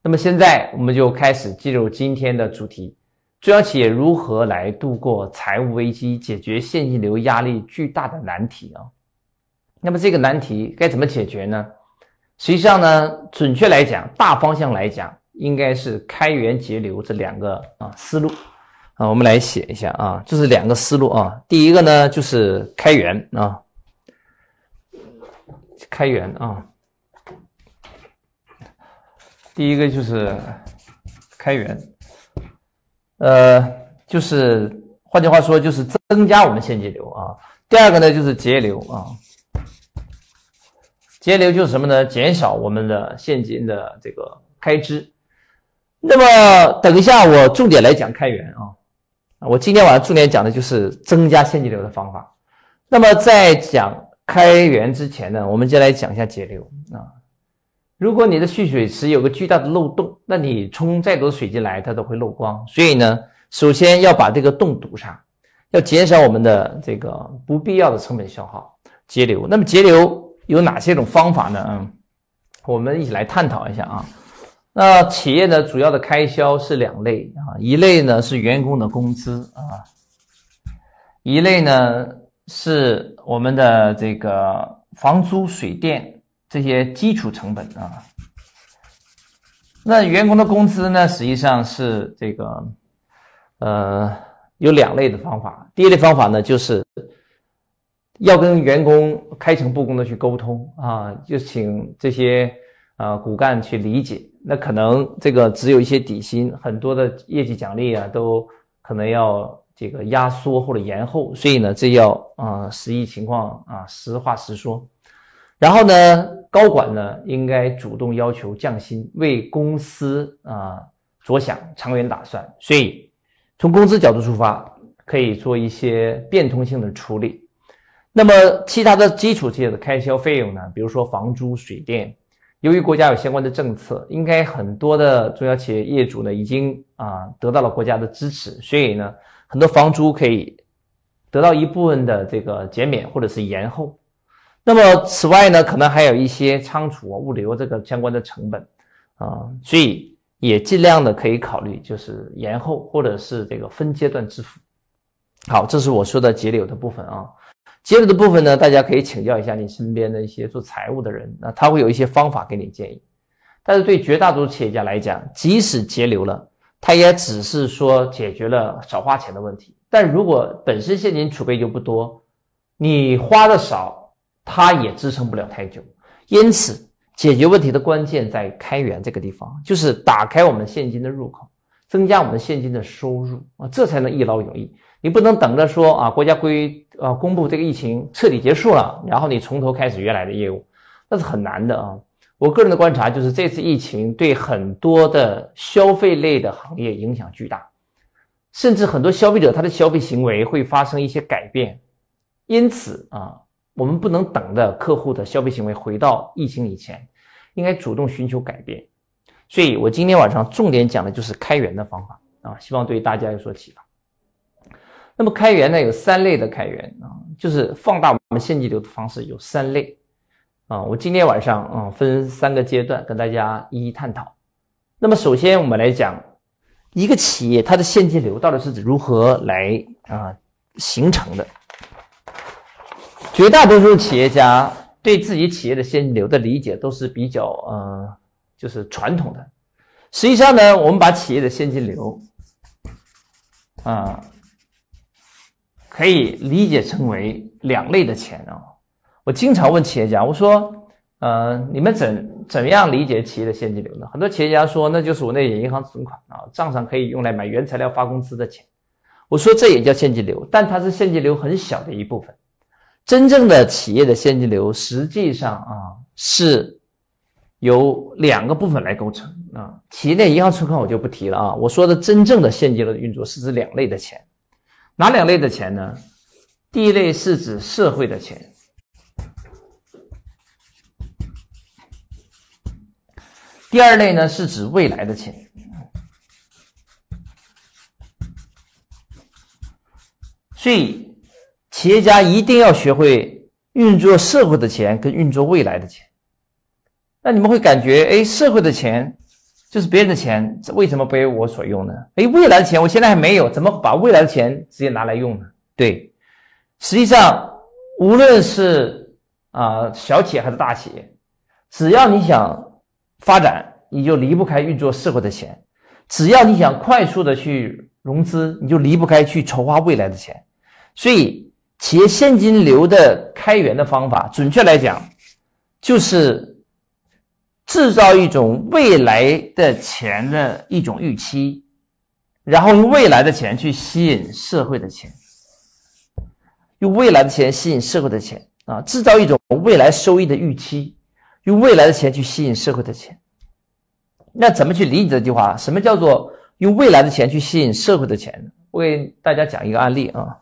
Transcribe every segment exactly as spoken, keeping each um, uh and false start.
那么现在我们就开始进入今天的主题，中小企业如何来度过财务危机，解决现金流压力巨大的难题啊。那么这个难题该怎么解决呢？实际上呢，准确来讲，大方向来讲，应该是开源节流这两个啊思路啊，我们来写一下啊，就是两个思路啊。第一个呢就是开源啊，开源啊，第一个就是开源，呃，就是换句话说就是增加我们现金流啊。第二个呢就是节流啊。节流就是什么呢？减少我们的现金的这个开支。那么等一下我重点来讲开源啊，我今天晚上重点讲的就是增加现金流的方法。那么在讲开源之前呢，我们先来讲一下节流啊。如果你的蓄水池有个巨大的漏洞，那你冲再多水进来它都会漏光，所以呢，首先要把这个洞堵上，要减少我们的这个不必要的成本消耗，节流。那么节流有哪些种方法呢？嗯，我们一起来探讨一下啊。那企业呢，主要的开销是两类啊，一类呢是员工的工资啊，一类呢是我们的这个房租、水电这些基础成本啊。那员工的工资呢，实际上是这个呃有两类的方法。第一类方法呢，就是要跟员工开诚布公的去沟通啊，就请这些呃骨干去理解。那可能这个只有一些底薪，很多的业绩奖励啊，都可能要这个压缩或者延后，所以呢，这要啊、呃、实际情况啊实话实说。然后呢，高管呢应该主动要求降薪，为公司啊着想，长远打算。所以从工资角度出发，可以做一些变通性的处理。那么其他的基础企业的开销费用呢，比如说房租、水电，由于国家有相关的政策，应该很多的中小企业业主呢已经啊得到了国家的支持，所以呢很多房租可以得到一部分的这个减免或者是延后。那么此外呢，可能还有一些仓储啊、物流这个相关的成本啊，所以也尽量的可以考虑就是延后或者是这个分阶段支付。好，这是我说的节流的部分啊。节流的部分呢，大家可以请教一下你身边的一些做财务的人，那他会有一些方法给你建议。但是对绝大多数企业家来讲，即使节流了，他也只是说解决了少花钱的问题。但如果本身现金储备就不多，你花的少，它也支撑不了太久。因此，解决问题的关键在开源这个地方，就是打开我们现金的入口，增加我们现金的收入啊，这才能一劳永逸。你不能等着说啊，国家规呃公布这个疫情彻底结束了，然后你从头开始原来的业务，那是很难的啊。我个人的观察就是，这次疫情对很多的消费类的行业影响巨大，甚至很多消费者他的消费行为会发生一些改变。因此啊，我们不能等着客户的消费行为回到疫情以前，应该主动寻求改变。所以我今天晚上重点讲的就是开源的方法啊，希望对大家有所启发。那么开源呢，有三类的开源啊，就是放大我们现金流的方式有三类啊。我今天晚上啊分三个阶段跟大家一一探讨。那么首先我们来讲一个企业它的现金流到底是如何来啊形成的。绝大多数企业家对自己企业的现金流的理解都是比较呃就是传统的。实际上呢，我们把企业的现金流啊可以理解成为两类的钱啊。我经常问企业家，我说呃你们怎怎样理解企业的现金流呢？很多企业家说那就是我那点银行存款啊，账上可以用来买原材料发工资的钱。我说这也叫现金流，但它是现金流很小的一部分。真正的企业的现金流实际上啊是由两个部分来构成啊。企业内银行存款我就不提了啊，我说的真正的现金流的运作是指两类的钱。哪两类的钱呢？第一类是指社会的钱，第二类呢是指未来的钱。所以企业家一定要学会运作社会的钱跟运作未来的钱。那你们会感觉，哎，社会的钱就是别人的钱为什么不为我所用呢？诶，未来的钱我现在还没有，怎么把未来的钱直接拿来用呢？对，实际上无论是啊、呃、小企业还是大企业，只要你想发展，你就离不开运作社会的钱；只要你想快速的去融资，你就离不开去筹划未来的钱。所以企业现金流的开源的方法，准确来讲就是制造一种未来的钱的一种预期，然后用未来的钱去吸引社会的钱，用未来的钱吸引社会的钱啊，制造一种未来收益的预期，用未来的钱去吸引社会的钱。那怎么去理解这句话？什么叫做用未来的钱去吸引社会的钱呢？我给大家讲一个案例啊。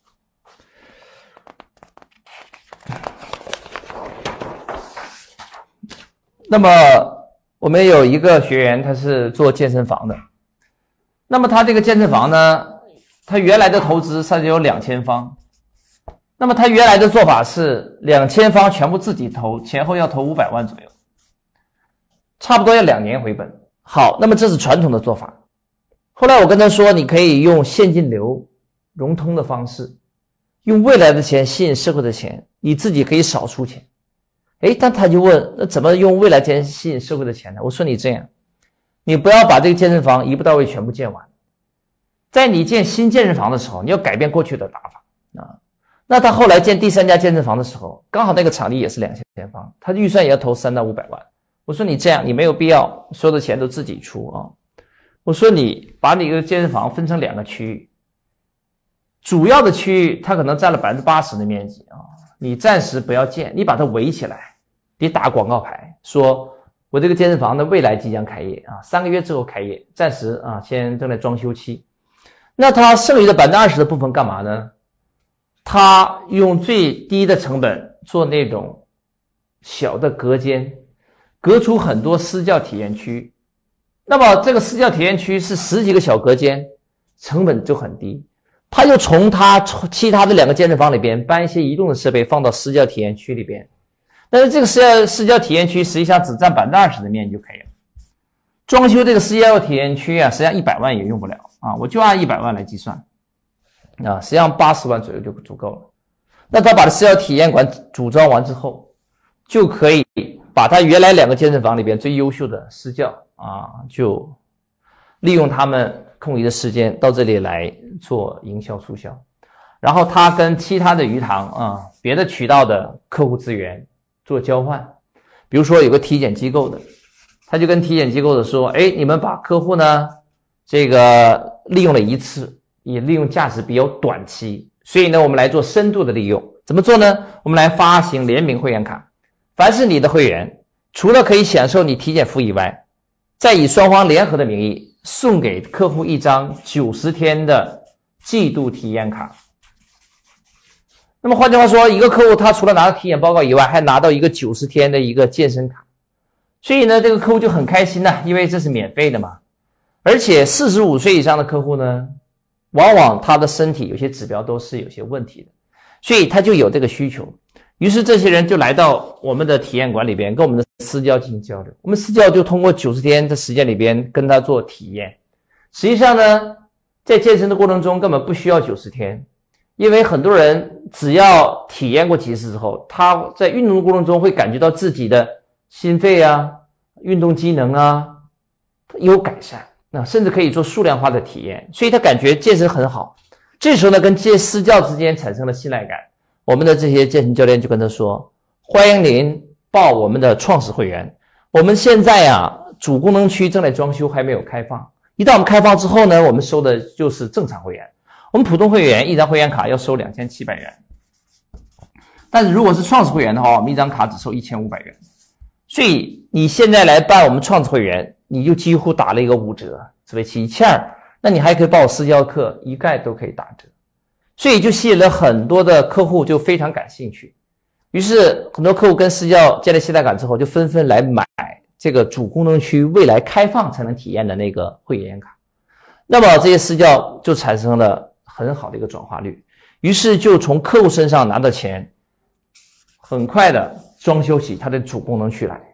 那么我们有一个学员，他是做健身房的。那么他这个健身房呢，他原来的投资他就有两千方。那么他原来的做法是两千方全部自己投，前后要投五百万左右，差不多要两年回本。好，那么这是传统的做法。后来我跟他说，你可以用现金流融通的方式，用未来的钱吸引社会的钱，你自己可以少出钱。诶，但他就问，那怎么用未来钱吸引社会的钱呢？我说你这样，你不要把这个健身房一步到位全部建完，在你建新健身房的时候，你要改变过去的打法啊。那他后来建第三家健身房的时候，刚好那个场地也是两千方，他的预算也要投三到五百万。我说你这样，你没有必要所有的钱都自己出啊。我说你把你的健身房分成两个区域，主要的区域它可能占了 百分之八十 的面积啊，你暂时不要建，你把它围起来，你打广告牌，说我这个健身房的未来即将开业啊，三个月之后开业，暂时啊先正在装修期。那它剩余的 百分之二十 的部分干嘛呢？他用最低的成本做那种小的隔间，隔出很多私教体验区。那么这个私教体验区是十几个小隔间，成本就很低。他就从他其他的两个健身房里边搬一些移动的设备放到私教体验区里边。但是这个私教私教体验区实际上只占 百分之二十 的面积就可以了。装修这个私教体验区啊，实际上一百万也用不了啊，我就按一百万来计算。啊，实际上八十万左右就足够了。那他把私教体验馆组装完之后，就可以把他原来两个健身房里边最优秀的私教啊，就利用他们空余的时间到这里来做营销促销，然后他跟其他的鱼塘啊，别的渠道的客户资源做交换。比如说有个体检机构的，他就跟体检机构的说，哎，你们把客户呢这个利用了一次，也利用价值比较短期，所以呢我们来做深度的利用。怎么做呢？我们来发行联名会员卡，凡是你的会员除了可以享受你体检服务以外，再以双方联合的名义送给客户一张九十天的季度体验卡。那么换句话说，一个客户他除了拿到体检报告以外，还拿到一个九十天的一个健身卡，所以呢这个客户就很开心呐、啊，因为这是免费的嘛。而且四十五岁以上的客户呢，往往他的身体有些指标都是有些问题的，所以他就有这个需求。于是这些人就来到我们的体验馆里边，跟我们的私教进行交流。我们私教就通过九十天的时间里边跟他做体验。实际上呢，在健身的过程中根本不需要九十天，因为很多人只要体验过几次之后，他在运动的过程中会感觉到自己的心肺啊、运动机能啊有改善。那甚至可以做数量化的体验，所以他感觉健身很好。这时候呢，跟这些私教之间产生了信赖感。我们的这些健身教练就跟他说，欢迎您报我们的创始会员。我们现在啊，主功能区正在装修，还没有开放。一旦我们开放之后呢，我们收的就是正常会员。我们普通会员一张会员卡要收两千七百元，但是如果是创始会员的话，我们一张卡只收一千五百元。所以你现在来办我们创始会员，你就几乎打了一个五折，只为七千二，那你还可以报我私教课，一概都可以打折。所以就吸引了很多的客户，就非常感兴趣。于是很多客户跟私教建立信赖感之后，就纷纷来买这个主功能区未来开放才能体验的那个会员卡。那么这些私教就产生了很好的一个转化率，于是就从客户身上拿到钱，很快的装修起他的主功能区来。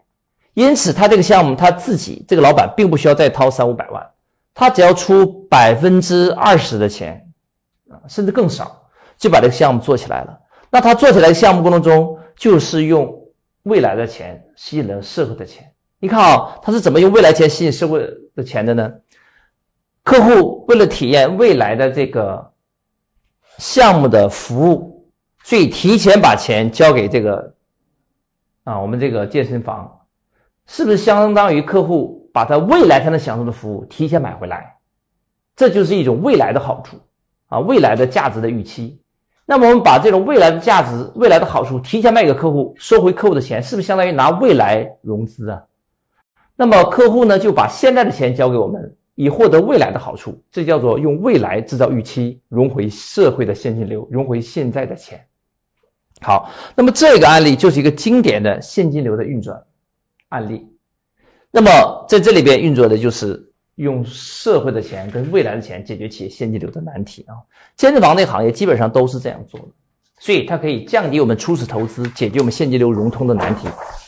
因此他这个项目他自己这个老板并不需要再掏三五百万，他只要出百分之二十的钱甚至更少，就把这个项目做起来了。那他做起来的项目过程中，就是用未来的钱吸引了社会的钱。你看啊，他是怎么用未来钱吸引社会的钱的呢？客户为了体验未来的这个项目的服务，所以提前把钱交给这个啊我们这个健身房，是不是相当于客户把他未来才能享受的服务提前买回来？这就是一种未来的好处啊，未来的价值的预期。那么我们把这种未来的价值、未来的好处提前卖给客户，收回客户的钱，是不是相当于拿未来融资啊？那么客户呢，就把现在的钱交给我们，以获得未来的好处，这叫做用未来制造预期，融回社会的现金流，融回现在的钱。好，那么这个案例就是一个经典的现金流的运转案例。那么在这里边运作的就是用社会的钱跟未来的钱解决企业现金流的难题啊。健身房这个行业基本上都是这样做的，所以它可以降低我们初始投资，解决我们现金流融通的难题。